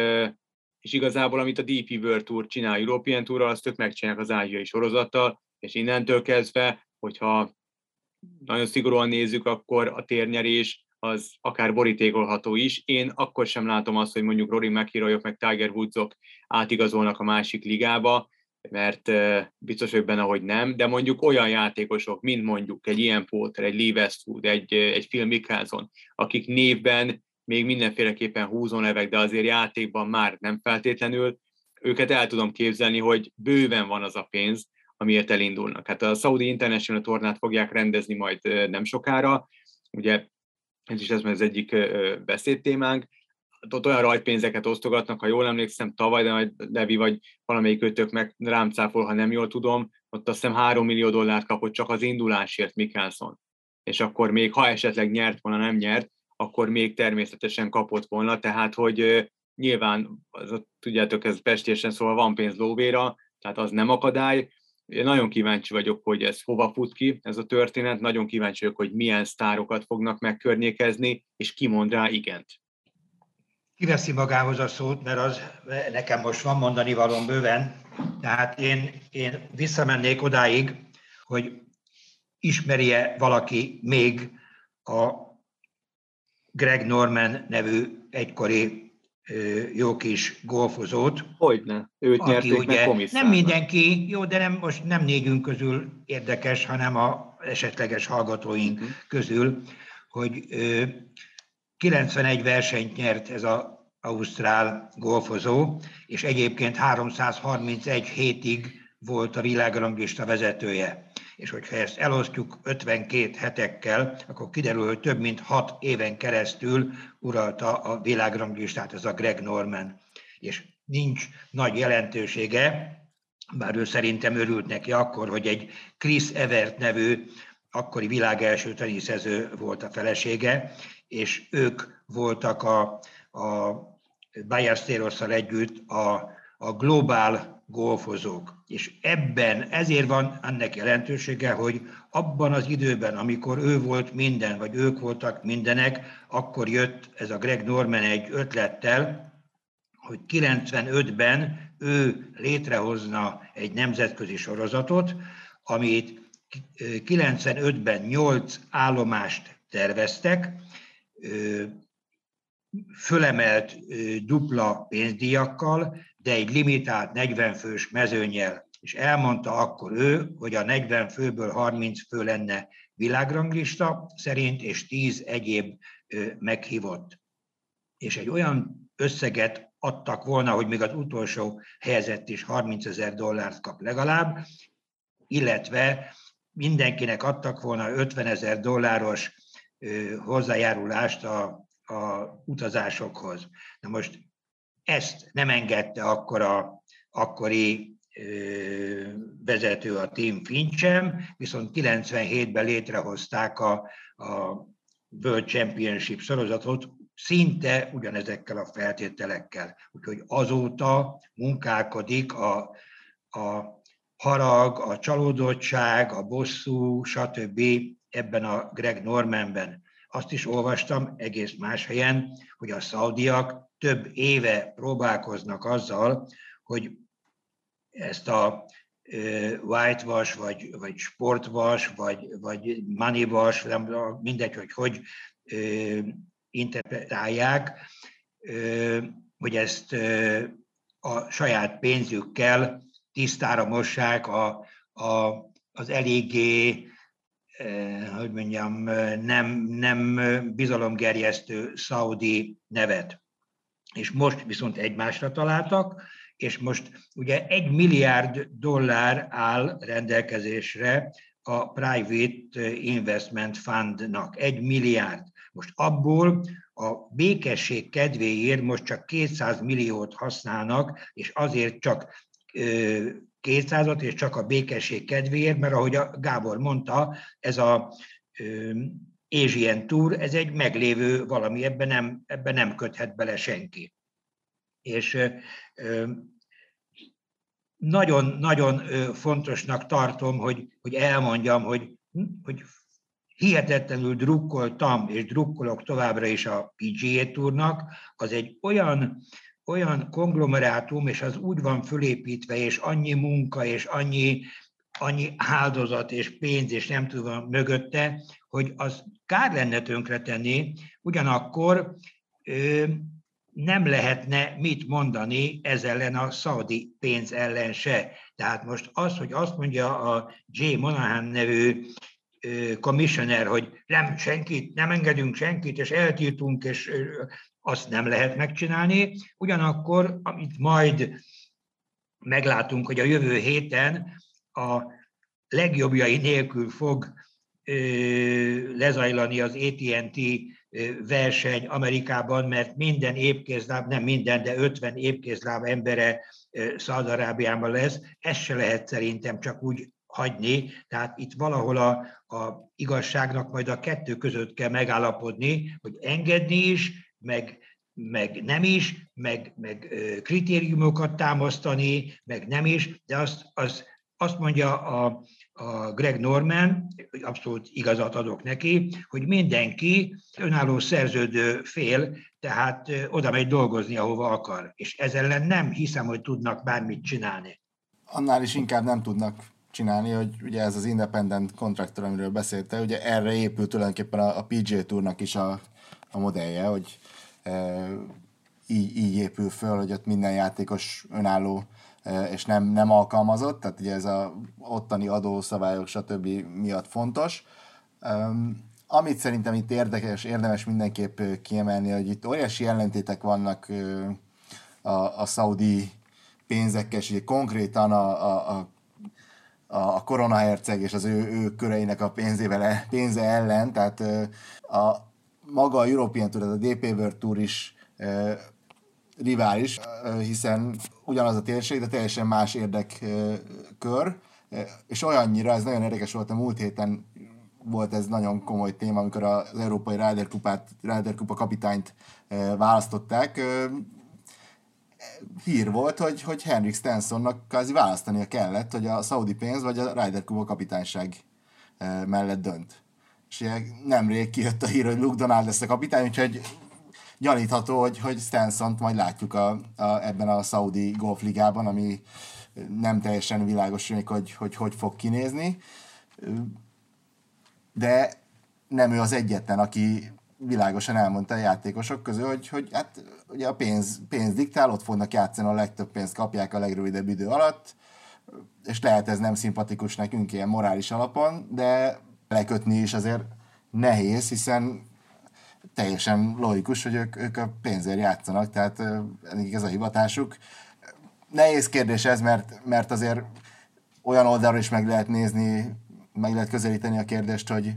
és igazából, amit a dé pé World Tour csinál European Tourral, azt ők megcsinálják az ázsiai sorozattal, és innentől kezdve, hogyha nagyon szigorúan nézzük, akkor a térnyerés az akár borítékolható is. Én akkor sem látom azt, hogy mondjuk Rory McIlroyok meg Tiger Woodsok átigazolnak a másik ligába, mert biztos vagyok benne, hogy nem, de mondjuk olyan játékosok, mint mondjuk egy Ian Poulter, egy Lee Westwood, egy, egy Phil Mickelson, akik névben még mindenféleképpen húzónevek, de azért játékban már nem feltétlenül, őket el tudom képzelni, hogy bőven van az a pénz, amiért elindulnak. Hát a Saudi International tornát fogják rendezni majd nem sokára, ugye ez is ez az egyik beszédtémánk, ott olyan rajtpénzeket osztogatnak, ha jól emlékszem, tavaly, de majd Levi vagy valamelyik ötök meg rám cáfol, ha nem jól tudom, ott azt hiszem három millió dollárt kapott csak az indulásért Mickelson. És akkor még, ha esetleg nyert volna, nem nyert, akkor még természetesen kapott volna, tehát hogy uh, nyilván, az, tudjátok, ez pestésen, szóval van pénz lóvéra, tehát az nem akadály. Én nagyon kíváncsi vagyok, hogy ez hova fut ki, ez a történet, nagyon kíváncsi vagyok, hogy milyen sztárokat fognak megkörnyékezni, és ki mond rá igent. Kiveszi magához a szót, mert az nekem most van mondani valóm bőven, tehát én, én visszamennék odáig, hogy ismerje valaki még a Greg Norman nevű egykori jó kis golfozót. Hogyne, őt nyerték meg komisszárnak. Nem mindenki, jó, de nem, most nem négyünk közül érdekes, hanem a esetleges hallgatóink uh-huh. közül, hogy ö, kilencvenegy versenyt nyert ez az ausztrál golfozó, és egyébként háromszázharmincegy hétig volt a világranglista vezetője. És hogyha ezt elosztjuk ötvenkét hetekkel, akkor kiderül, hogy több mint hat éven keresztül uralta a világranglistát ez a Greg Norman. És nincs nagy jelentősége, bár ő szerintem örült neki akkor, hogy egy Chris Evert nevű akkori világ első teniszező volt a felesége, és ők voltak a, a Ballesterosszal együtt a, a globál golfozók. És ebben ezért van annak jelentősége, hogy abban az időben, amikor ő volt minden, vagy ők voltak mindenek, akkor jött ez a Greg Norman egy ötlettel, hogy kilencvenötben ő létrehozna egy nemzetközi sorozatot, amit kilencvenötben nyolc állomást terveztek, fölemelt dupla pénzdíjakkal, de egy limitált negyven fős mezőnnyel. És elmondta akkor ő, hogy a negyven főből harminc fő lenne világranglista szerint, és tíz egyéb meghívott. És egy olyan összeget adtak volna, hogy még az utolsó helyezett is harmincezer dollárt kap legalább, illetve mindenkinek adtak volna ötvenezer dolláros hozzájárulást a a utazásokhoz. Na most ezt nem engedte akkor a akkori ö, vezető, a Tim Finchem, viszont kilencvenhétben létrehozták a, a World Championship sorozatot, szinte ugyanezekkel a feltételekkel. Úgyhogy azóta munkálkodik a, a harag, a csalódottság, a bosszú, stb. ebben a Greg Normanben. Azt is olvastam egész más helyen, hogy a szaudiak több éve próbálkoznak azzal, hogy ezt a whitewash, vagy, vagy sportwash, vagy, vagy moneywash, mindegy, hogy hogy interpretálják, hogy ezt a saját pénzükkel tisztára mossák a, a, az eléggé, hogy mondjam, nem, nem bizalomgerjesztő szaudi nevet. És most viszont egymásra találtak, és most ugye egy milliárd dollár áll rendelkezésre a Private Investment Fundnak. Egy milliárd. Most abból a békesség kedvéért most csak kétszáz milliót használnak, és azért csak kétszázat, és csak a békesség kedvéért, mert ahogy a Gábor mondta, ez a Asian Tour, ez egy meglévő valami, ebben nem, ebben nem köthet bele senki. És nagyon-nagyon fontosnak tartom, hogy, hogy elmondjam, hogy, hogy hihetetlenül drukkoltam, és drukkolok továbbra is a pé gé á Tournak, az egy olyan, olyan konglomerátum, és az úgy van fölépítve, és annyi munka, és annyi, annyi áldozat, és pénz, és nem tudom mögötte, hogy az kár lenne tönkretenni, ugyanakkor ö, nem lehetne mit mondani ez ellen a szaudi pénz ellen se. Tehát most az, hogy azt mondja a Jay Monahan nevű commissioner, hogy nem senkit, nem engedünk senkit, és eltiltunk, és azt nem lehet megcsinálni. Ugyanakkor, amit majd meglátunk, hogy a jövő héten a legjobbjai nélkül fog lezajlani az á té és té verseny Amerikában, mert minden épkézláb, nem minden, de ötven épkézláb embere Szaúd-Arábiában lesz. Ezt se lehet szerintem csak úgy hagyni, tehát itt valahol a, a igazságnak majd a kettő között kell megállapodni, hogy engedni is, meg, meg nem is, meg, meg kritériumokat támasztani, meg nem is, de azt, azt, azt mondja a, a Greg Norman, hogy abszolút igazat adok neki, hogy mindenki önálló szerződő fél, tehát oda megy dolgozni, ahova akar. És ezzel ellen nem hiszem, hogy tudnak bármit csinálni. Annál is inkább nem tudnak csinálni, hogy ugye ez az independent contractor, amiről beszélte, ugye erre épül tulajdonképpen a, a pé gé á Tournak is a, a modellje, hogy e, így, így épül föl, hogy ott minden játékos önálló e, és nem, nem alkalmazott, tehát ugye ez a ottani adószabályok stb. Miatt fontos. Um, amit szerintem itt érdekes, érdemes mindenképp kiemelni, hogy itt óriási ellentétek vannak uh, a, a szaudi pénzekkel, és ugye konkrétan a, a, a a koronaherceg és az ő, ő köreinek a pénzével, pénze ellen, tehát a maga a European Tour, a dé pé World Tour is e, rivális, hiszen ugyanaz a térség, de teljesen más érdekkör, e, és olyannyira, ez nagyon érdekes volt, a múlt héten volt ez nagyon komoly téma, amikor az Európai Ryder Kupát, Ryder Kupa kapitányt e, választották. E, hír volt, hogy, hogy Henrik Stensonnak kvázi választania kellett, hogy a szaudi pénz vagy a Ryder Kupa kapitányság mellett dönt. És nemrég kijött a hír, hogy Luke Donald lesz a kapitány, úgyhogy gyanítható, hogy, hogy Stensont majd látjuk a, a, ebben a szaudi golfligában, ami nem teljesen világos, hogy hogy, hogy hogy fog kinézni. De nem ő az egyetlen, aki világosan elmondta a játékosok közül, hogy, hogy hát ugye a pénz, pénz diktál, ott fognak játszani, a legtöbb pénzt kapják a legrövidebb idő alatt, és lehet ez nem szimpatikus nekünk ilyen morális alapon, de lekötni is azért nehéz, hiszen teljesen logikus, hogy ők, ők a pénzért játszanak, tehát ez a hivatásuk. Nehéz kérdés ez, mert, mert azért olyan oldalról is meg lehet nézni, meg lehet közelíteni a kérdést, hogy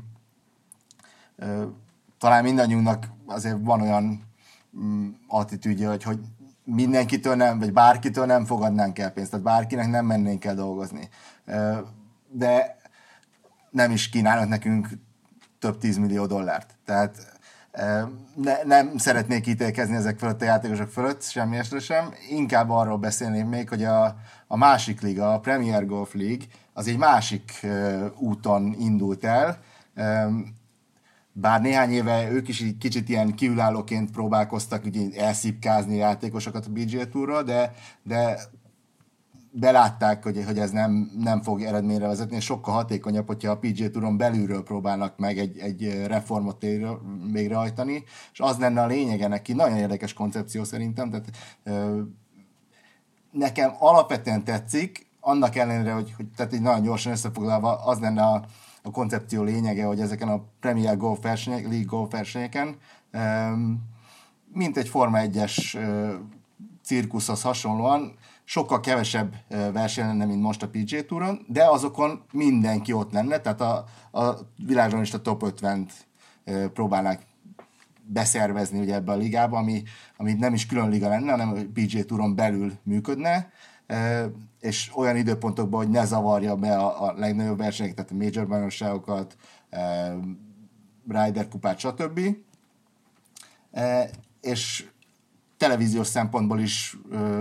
talán mindannyiunknak azért van olyan mm, attitűdje, hogy, hogy mindenkitől nem, vagy bárkitől nem fogadnánk el pénzt, tehát bárkinek nem mennénk el dolgozni. De nem is kínálnak nekünk több tízmillió dollárt. Tehát ne, nem szeretnék ítélkezni ezek fölött a játékosok fölött, semmi esre sem. Inkább arról beszélnék még, hogy a, a másik liga, a Premier Golf League, az egy másik úton indult el, Bár néhány éve ők is így kicsit ilyen kívülállóként próbálkoztak ugye elszipkázni játékosokat a pé gé á Tourról, de, de belátták, hogy, hogy ez nem, nem fog eredményre vezetni, és sokkal hatékonyabb, hogyha a pé gé á Touron belülről próbálnak meg egy, egy reformot végrehajtani, és az lenne a lényege neki. Nagyon érdekes koncepció szerintem, tehát ö, nekem alapvetően tetszik, annak ellenére, hogy, hogy tehát így nagyon gyorsan összefoglalva, az lenne a, a koncepció lényege, hogy ezeken a Premier Golf versenyek, League Golf versenyeken, ö, mint egy Forma egyes ö, cirkuszhoz hasonlóan, sokkal kevesebb verseny lenne, mint most a pé gé á Touron, de azokon mindenki ott lenne, tehát a, a világon is a top ötvent próbálnák beszervezni ugye ebbe a ligába, ami, ami nem is külön liga lenne, hanem a pé gé á Touron belül működne, és olyan időpontokban, hogy ne zavarja be a, a legnagyobb versenyeket, tehát a major bajnokságokat, Ryder kupát, stb. És televíziós szempontból is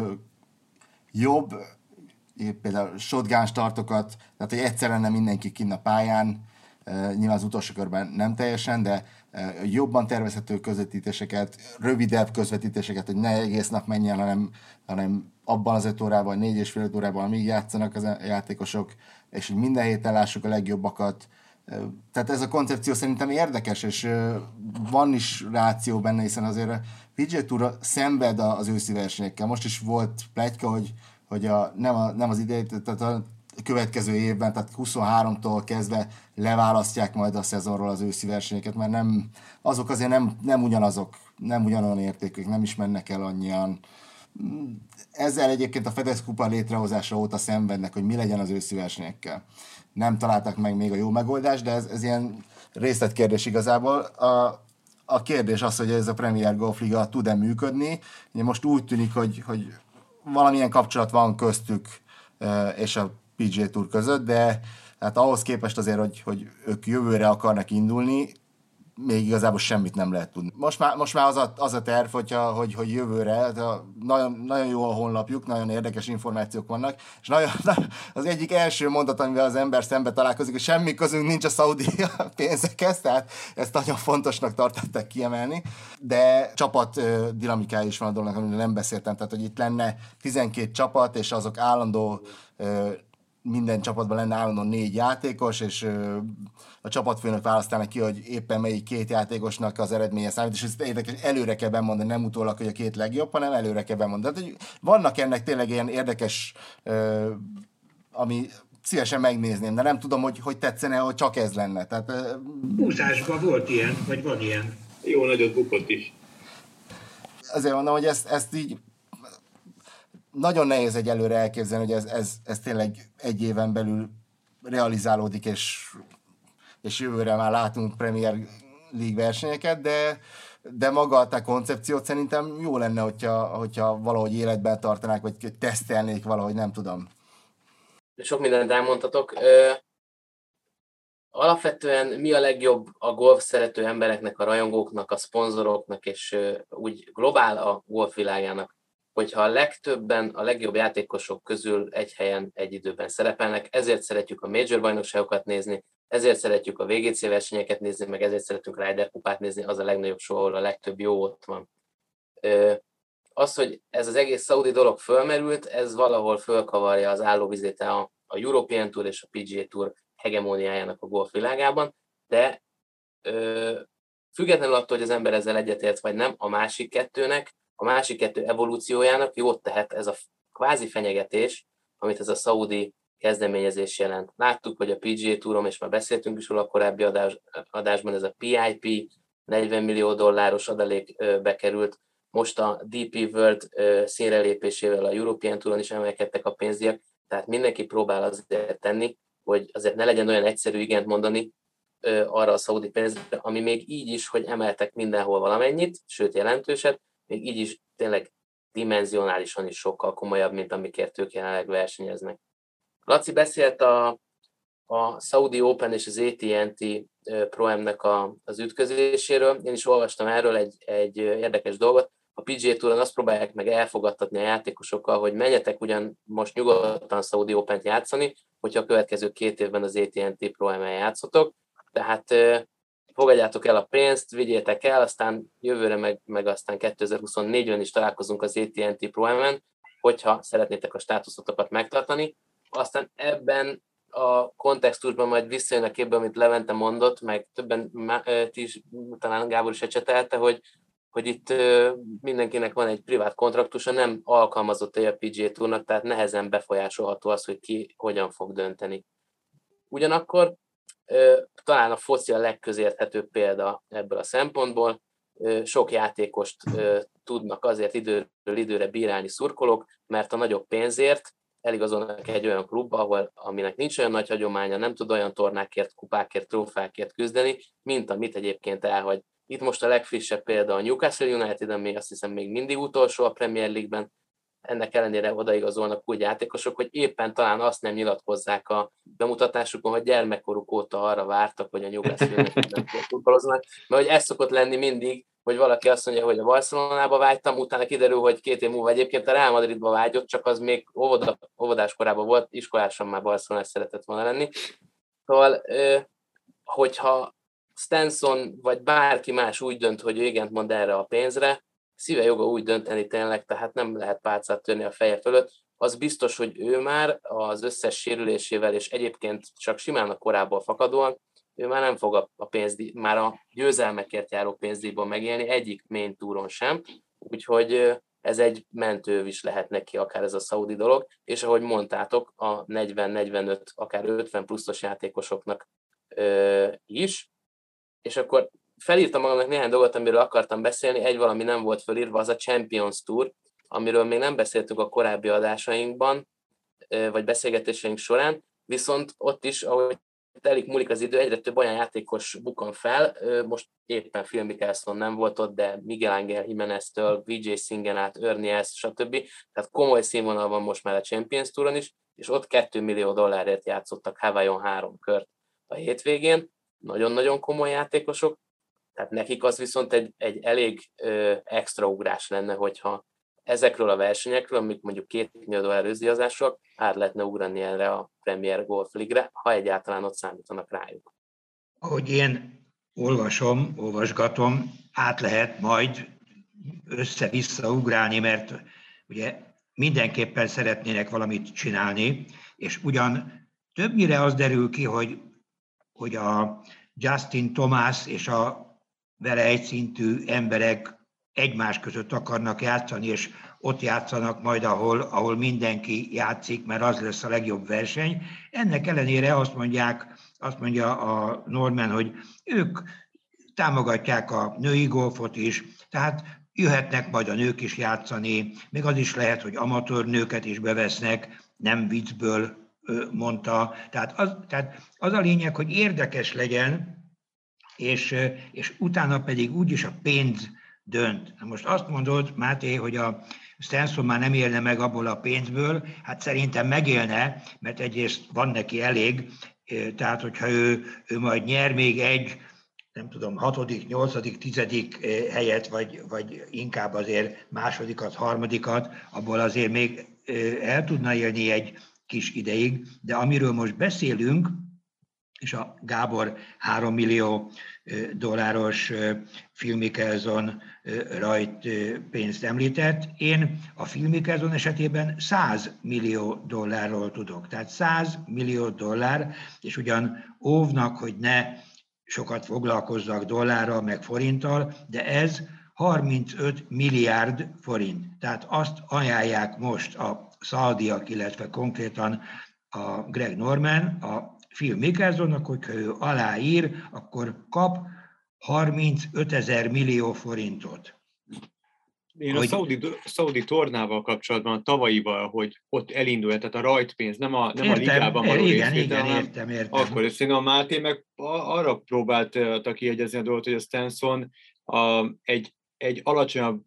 jobb, például shotgun startokat, tehát hogy egyszer lenne mindenki kinn a pályán, nyilván az utolsó körben nem teljesen, de jobban tervezhető közvetítéseket, rövidebb közvetítéseket, hogy ne egész nap menjen, hanem, hanem abban az öt órában, négy és fél órában, amíg játszanak az játékosok, és hogy minden héten lássuk a legjobbakat. Tehát ez a koncepció szerintem érdekes, és van is ráció benne, hiszen azért a pé gé á Tour szenved az őszi versenyekkel. Most is volt pletyka, hogy, hogy a, nem, a, nem az idei, tehát a következő évben, tehát huszonháromtól kezdve leválasztják majd a szezonról az őszi versenyeket, mert nem, azok azért nem, nem ugyanazok, nem ugyanolyan értékük, nem is mennek el annyian. Ezzel egyébként a FedEx kupa létrehozása óta szenvednek, hogy mi legyen az őszi versenyekkel. Nem találtak meg még a jó megoldást, de ez, ez ilyen részletkérdés igazából. A, a kérdés az, hogy ez a Premier Golf Liga tud-e működni. Ugye most úgy tűnik, hogy, hogy valamilyen kapcsolat van köztük és a pé gé á Tour között, de hát ahhoz képest azért, hogy, hogy ők jövőre akarnak indulni, még igazából semmit nem lehet tudni. Most már, most már az, a, az a terv, hogyha, hogy, hogy jövőre, nagyon, nagyon jó a honlapjuk, nagyon érdekes információk vannak, és nagyon, az egyik első mondat, amivel az ember szembe találkozik, hogy semmi közünk nincs a szaudi pénzekhez, tehát ezt nagyon fontosnak tartották kiemelni, de csapat dinamikája is van a dolognak, amiről nem beszéltem, tehát hogy itt lenne tizenkét csapat, és azok állandó minden csapatban lenne állandóan négy játékos, és ö, a csapatfőnök választanak ki, hogy éppen melyik két játékosnak az eredménye számít, és ez érdekes, előre kell bemondani, nem utólag, hogy a két legjobb, hanem előre kell bemondani. Tehát, vannak ennek tényleg ilyen érdekes, ö, ami szívesen megnézném, de nem tudom, hogy, hogy tetszene, hogy csak ez lenne. Tehát, ö, Húzásban volt ilyen, vagy van ilyen. Jó nagyot bukott is. Azért mondom, hogy ezt, ezt így nagyon nehéz egy előre elképzelni, hogy ez, ez, ez tényleg egy éven belül realizálódik, és, és jövőre már látunk Premier League versenyeket, de, de maga a koncepciót szerintem jó lenne, hogyha, hogyha valahogy életben tartanák, vagy tesztelnék valahogy, nem tudom. Sok mindent elmondhatok. Ö, alapvetően mi a legjobb a golf szerető embereknek, a rajongóknak, a szponzoroknak, és ö, úgy globál a golf világának, hogyha a legtöbben, a legjobb játékosok közül egy helyen, egy időben szerepelnek, ezért szeretjük a major bajnokságokat nézni, ezért szeretjük a vé gé cé versenyeket nézni, meg ezért szeretünk Ryder kupát nézni, az a legnagyobb show, ahol a legtöbb jó ott van. Az, hogy ez az egész szaudi dolog fölmerült, ez valahol fölkavarja az állóvizét a, a European Tour és a pé gé á Tour hegemóniájának a golf világában, de ö, függetlenül attól, hogy az ember ezzel egyetért vagy nem, a másik kettőnek, a másik kettő evolúciójának jót tehet ez a kvázi fenyegetés, amit ez a szaudi kezdeményezés jelent. Láttuk, hogy a pé gé á Touron, és már beszéltünk is róla a korábbi adás, adásban, ez a pé i pé negyven millió dolláros adalék bekerült, most a dé pé World színre lépésével a European Touron is emelkedtek a pénzdiak, tehát mindenki próbál azért tenni, hogy azért ne legyen olyan egyszerű igent mondani arra a szaudi pénzre, ami még így is, hogy emeltek mindenhol valamennyit, sőt jelentőset, még így is tényleg dimenzionálisan is sokkal komolyabb, mint amikért ők jelenleg versenyeznek. Laci beszélt a, a Saudi Open és az á té and té Pro-Am-nek a, az ütközéséről. Én is olvastam erről egy, egy érdekes dolgot. A pé gé á Touron azt próbálják meg elfogadtatni a játékosokkal, hogy menjetek ugyan most nyugodtan Saudi Opent játszani, hogyha a következő két évben az á té and té Pro-Am-en játszotok, Tehát fogadjátok el a pénzt, vigyétek el, aztán jövőre meg, meg aztán kétezer-huszonnégyben is találkozunk az á té és té Pro em-en, hogyha szeretnétek a státuszotokat megtartani. Aztán ebben a kontextusban majd visszajön a képbe, amit Levente mondott, meg többen ti is, talán Gábor is ecsetelte, hogy, hogy itt mindenkinek van egy privát kontraktusa, nem alkalmazott a pé gé á Tournak, tehát nehezen befolyásolható az, hogy ki hogyan fog dönteni. Ugyanakkor talán a foci a legközérthetőbb példa ebből a szempontból. Sok játékost tudnak azért időről időre bírálni szurkolók, mert a nagyobb pénzért eligazolnak egy olyan klubba, ahol, aminek nincs olyan nagy hagyománya, nem tud olyan tornákért, kupákért, trófákért küzdeni, mint amit egyébként elhagy. Itt most a legfrissebb példa a Newcastle United, ami azt hiszem még mindig utolsó a Premier League-ben. Ennek ellenére odaigazolnak úgy játékosok, hogy éppen talán azt nem nyilatkozzák a bemutatásukon, hogy gyermekkoruk óta arra vártak, hogy a Newcastle United-ben futballoznak, mert hogy ez szokott lenni mindig, hogy valaki azt mondja, hogy a Barcelonába vágytam, utána kiderül, hogy két év múlva egyébként a Real Madridba vágyott, csak az még óvoda, óvodás korában volt, iskolásan már Barcelonás szeretett volna lenni. Szóval, hogyha Stenson vagy bárki más úgy dönt, hogy ő igent mond erre a pénzre, szíve joga úgy dönteni tényleg, tehát nem lehet pálcát törni a feje fölött. Az biztos, hogy ő már az összes sérülésével, és egyébként csak simán a korából fakadóan, ő már nem fog a pénzdíj, már a győzelmekért járó pénzdíjból megélni, egyik main túron sem, úgyhogy ez egy mentő is lehet neki akár ez a szaudi dolog, és ahogy mondtátok, a negyven-negyvenöt, akár ötven pluszos játékosoknak ö, is, és akkor felírtam magamnak néhány dolgot, amiről akartam beszélni, egy valami nem volt felírva, az a Champions Tour, amiről még nem beszéltünk a korábbi adásainkban, vagy beszélgetéseink során, viszont ott is, ahogy telik múlik az idő, egyre több olyan játékos bukkan fel, most éppen Phil Mickelson nem volt ott, de Miguel Ángel Jiméneztől, vé jé Singen át, Ernie S, stb. Tehát komoly színvonal van most már a Champions Touron is, és ott két millió dollárért játszottak Hawaiion három kört a hétvégén, nagyon-nagyon komoly játékosok, tehát nekik az viszont egy, egy elég ö, extra ugrás lenne, hogyha ezekről a versenyekről, amik mondjuk két millió dollár őszdíjazások, át lehetne ugrani erre a Premier Golf League-re, ha egyáltalán ott számítanak rájuk. Ahogy én olvasom, olvasgatom, át lehet majd össze-vissza ugrálni, mert ugye mindenképpen szeretnének valamit csinálni, és ugyan többnyire az derül ki, hogy, hogy a Justin Thomas és a vele egyszintű emberek egymás között akarnak játszani, és ott játszanak majd, ahol, ahol mindenki játszik, mert az lesz a legjobb verseny. Ennek ellenére azt mondják, azt mondja a Norman, hogy ők támogatják a női golfot is, tehát jöhetnek majd a nők is játszani, még az is lehet, hogy amatőr nőket is bevesznek, nem viccből mondta. Tehát az, tehát az a lényeg, hogy érdekes legyen, és, és utána pedig úgyis a pénz dönt. Na most azt mondod, Máté, hogy a Stenson már nem élne meg abból a pénzből, hát szerintem megélne, mert egyrészt van neki elég, tehát hogyha ő, ő majd nyer még egy, nem tudom, hatodik, nyolcadik, tizedik helyet, vagy, vagy inkább azért másodikat, harmadikat, abból azért még el tudna élni egy kis ideig, de amiről most beszélünk, és a Gábor három millió dolláros Phil Mickelson rajt pénzt említett. Én a Phil Mickelson esetében száz millió dollárról tudok. Tehát száz millió dollár, és ugyan óvnak, hogy ne sokat foglalkozzak dollárral, meg forinttal, de ez harmincöt milliárd forint. Tehát azt ajánlják most a szaudiak, illetve konkrétan a Greg Norman, a Phil Mickelsonnak, hogyha ő aláír, akkor kap harmincötezer millió forintot. Én hogy... a szaudi, szaudi tornával kapcsolatban, a tavalyival, hogy ott elindult, tehát a rajtpénz, nem a, nem értem, a ligában való igen, részvétel, igen, értem, értem. Akkor szerintem a Máté meg arra próbálta kiegyezni a dolgot, hogy a Stenson a, egy, egy alacsonyabb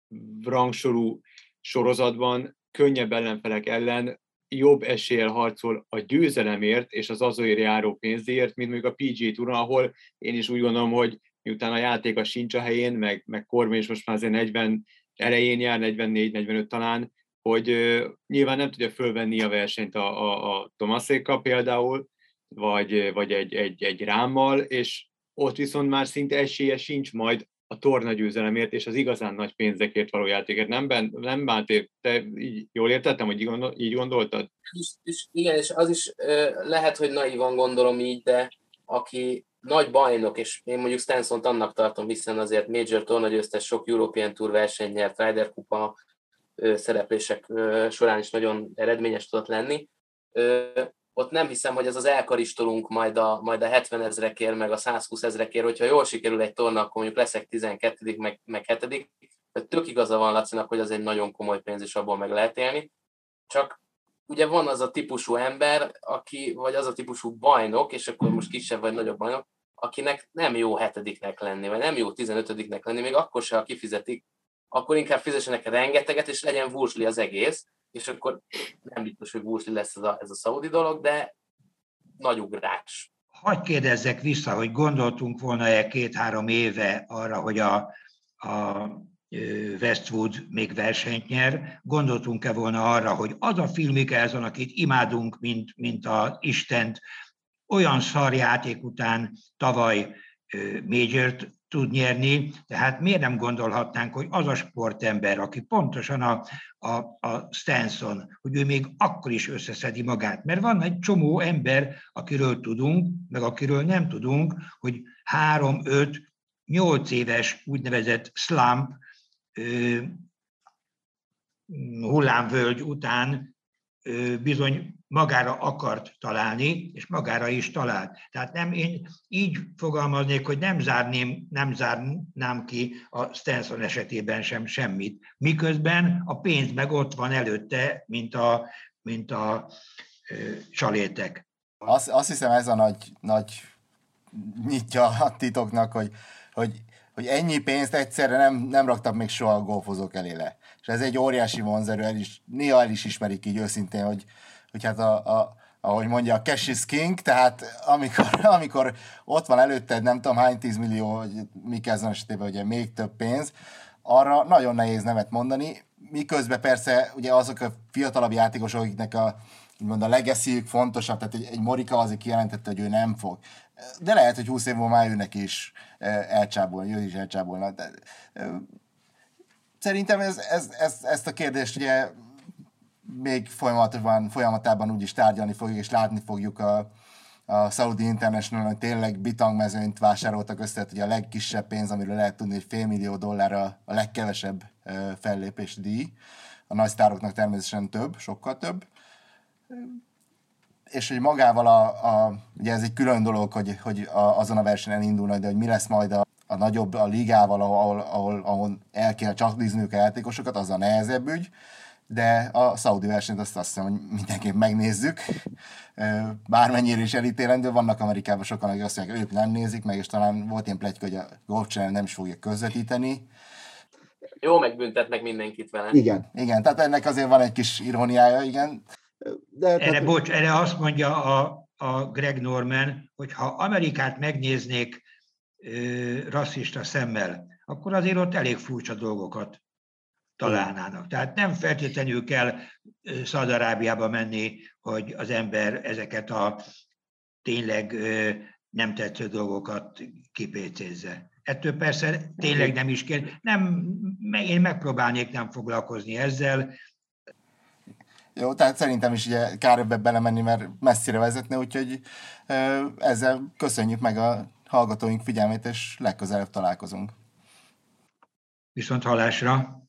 rangsorú sorozatban könnyebb ellenfelek ellen jobb eséllyel harcol a győzelemért és az azért járó pénzért, mint mondjuk a pé gé á Touron, ahol én is úgy gondolom, hogy miután a játék a sincs a helyén, meg, meg Cormier is most már azért negyven elején jár, negyvennégy negyvenöt talán, hogy uh, nyilván nem tudja fölvenni a versenyt a, a, a Tomasékkal például, vagy, vagy egy, egy, egy rámmal, és ott viszont már szinte esélye sincs majd a tornagyőzelemért és az igazán nagy pénzekért való játékért. Nem, ben, nem Máté, te így jól értettem, hogy így, gondol, így gondoltad? És, és, igen, és az is ö, lehet, hogy naívan gondolom így, de aki nagy bajnok, és én mondjuk Stansont annak tartom, hiszen azért Major tornagyőztes, sok European Tour verseny nyert, Ryder Kupa ö, szereplések ö, során is nagyon eredményes tudott lenni. Ö, ott nem hiszem, hogy ez az elkaristolunk majd a, majd a hetven ezrekért, meg a százhúsz ezrekért, hogyha jól sikerül egy torna, akkor mondjuk leszek tizenkettedik, meg, meg hetedik. Tehát tök igaza van Lacinak, hogy az egy nagyon komoly pénz, és abból meg lehet élni. Csak ugye van az a típusú ember, aki, vagy az a típusú bajnok, és akkor most kisebb vagy nagyobb bajnok, akinek nem jó hetediknek lenni, vagy nem jó tizenötödiknek lenni, még akkor se, ha kifizetik, akkor inkább fizessenek rengeteget, és legyen vursli az egész, és akkor nem biztos, hogy vursli lesz ez a, ez a szaudi dolog, de nagy ugrás. Hadd kérdezzek vissza, hogy gondoltunk volna-e két-három éve arra, hogy a, a Westwood még versenyt nyer, gondoltunk-e volna arra, hogy az a Phil Mickelson, akit imádunk, mint, mint az Istent, olyan szar játék után tavaly Majort tud nyerni, tehát miért nem gondolhatnánk, hogy az a sportember, aki pontosan a, a, a Stenson, hogy ő még akkor is összeszedi magát, mert van egy csomó ember, akiről tudunk, meg akiről nem tudunk, hogy három, öt, nyolc éves úgynevezett slump, ö, hullámvölgy után ö, bizony magára akart találni, és magára is talált. Tehát nem, én így fogalmaznék, hogy nem zárném, nem zárnám ki a Stenson esetében sem semmit. Miközben a pénz meg ott van előtte, mint a, mint a ö, csalétek. Azt, azt hiszem ez a nagy, nagy nyitja a titoknak, hogy, hogy, hogy ennyi pénzt egyszerre nem, nem raktak még soha a golfozók elé le. És ez egy óriási vonzerő, el is, néha el is ismerik így őszintén, hogy hogy hát a, a, ahogy mondja, a cash is king, tehát amikor, amikor ott van előtted nem tudom hány tízmillió, vagy Mickelson esetében ugye még több pénz, arra nagyon nehéz nemet mondani, miközben persze ugye azok a fiatalabb játékosok, akiknek a, úgymond a legacy-ük fontosabb, tehát egy, egy Morika azért kijelentette, hogy ő nem fog. De lehet, hogy húsz év múlva már őnek is elcsábolni, ő is elcsábolna. De, szerintem ez, ez, ez, ezt a kérdést ugye még folyamatban, folyamatában úgyis tárgyalni fogjuk, és látni fogjuk a, a Saudi International, hogy tényleg bitangmezőnyt vásároltak össze, hogy a legkisebb pénz, amiről lehet tudni, hogy fél millió dollár a, a legkevesebb fellépési díj. A nagy sztároknak természetesen több, sokkal több. És hogy magával a, a ugye ez egy külön dolog, hogy, hogy a, azon a versenyen indulnak, de hogy mi lesz majd a, a nagyobb a ligával, ahol, ahol, ahol el kell csatlakozniuk a játékosokat, az a nehezebb ügy. De a szaudi versenyt azt, azt hiszem, hogy mindenképp megnézzük. Bármennyire is elítélendő, vannak Amerikában sokan, akik azt mondják, ők nem nézik meg, és talán volt ilyen pletyka, hogy a Golf Channel nem is fogja közvetíteni. Jó, megbüntetnek mindenkit vele. Igen, igen, tehát ennek azért van egy kis iróniája, igen. De, erre, tehát... bocs, erre azt mondja a, a Greg Norman, hogy ha Amerikát megnéznék ö, rasszista szemmel, akkor azért ott elég furcsa dolgokat találnának. Tehát nem feltétlenül kell Szaúd-Arábiába menni, hogy az ember ezeket a tényleg nem tetsző dolgokat kipécézze. Ettől persze tényleg nem is kell. Nem, én megpróbálnék nem foglalkozni ezzel. Jó, tehát szerintem is ugye kár ebbe belemenni, mert messzire vezetne, úgyhogy ezzel köszönjük meg a hallgatóink figyelmét, és legközelebb találkozunk. Viszont hallásra!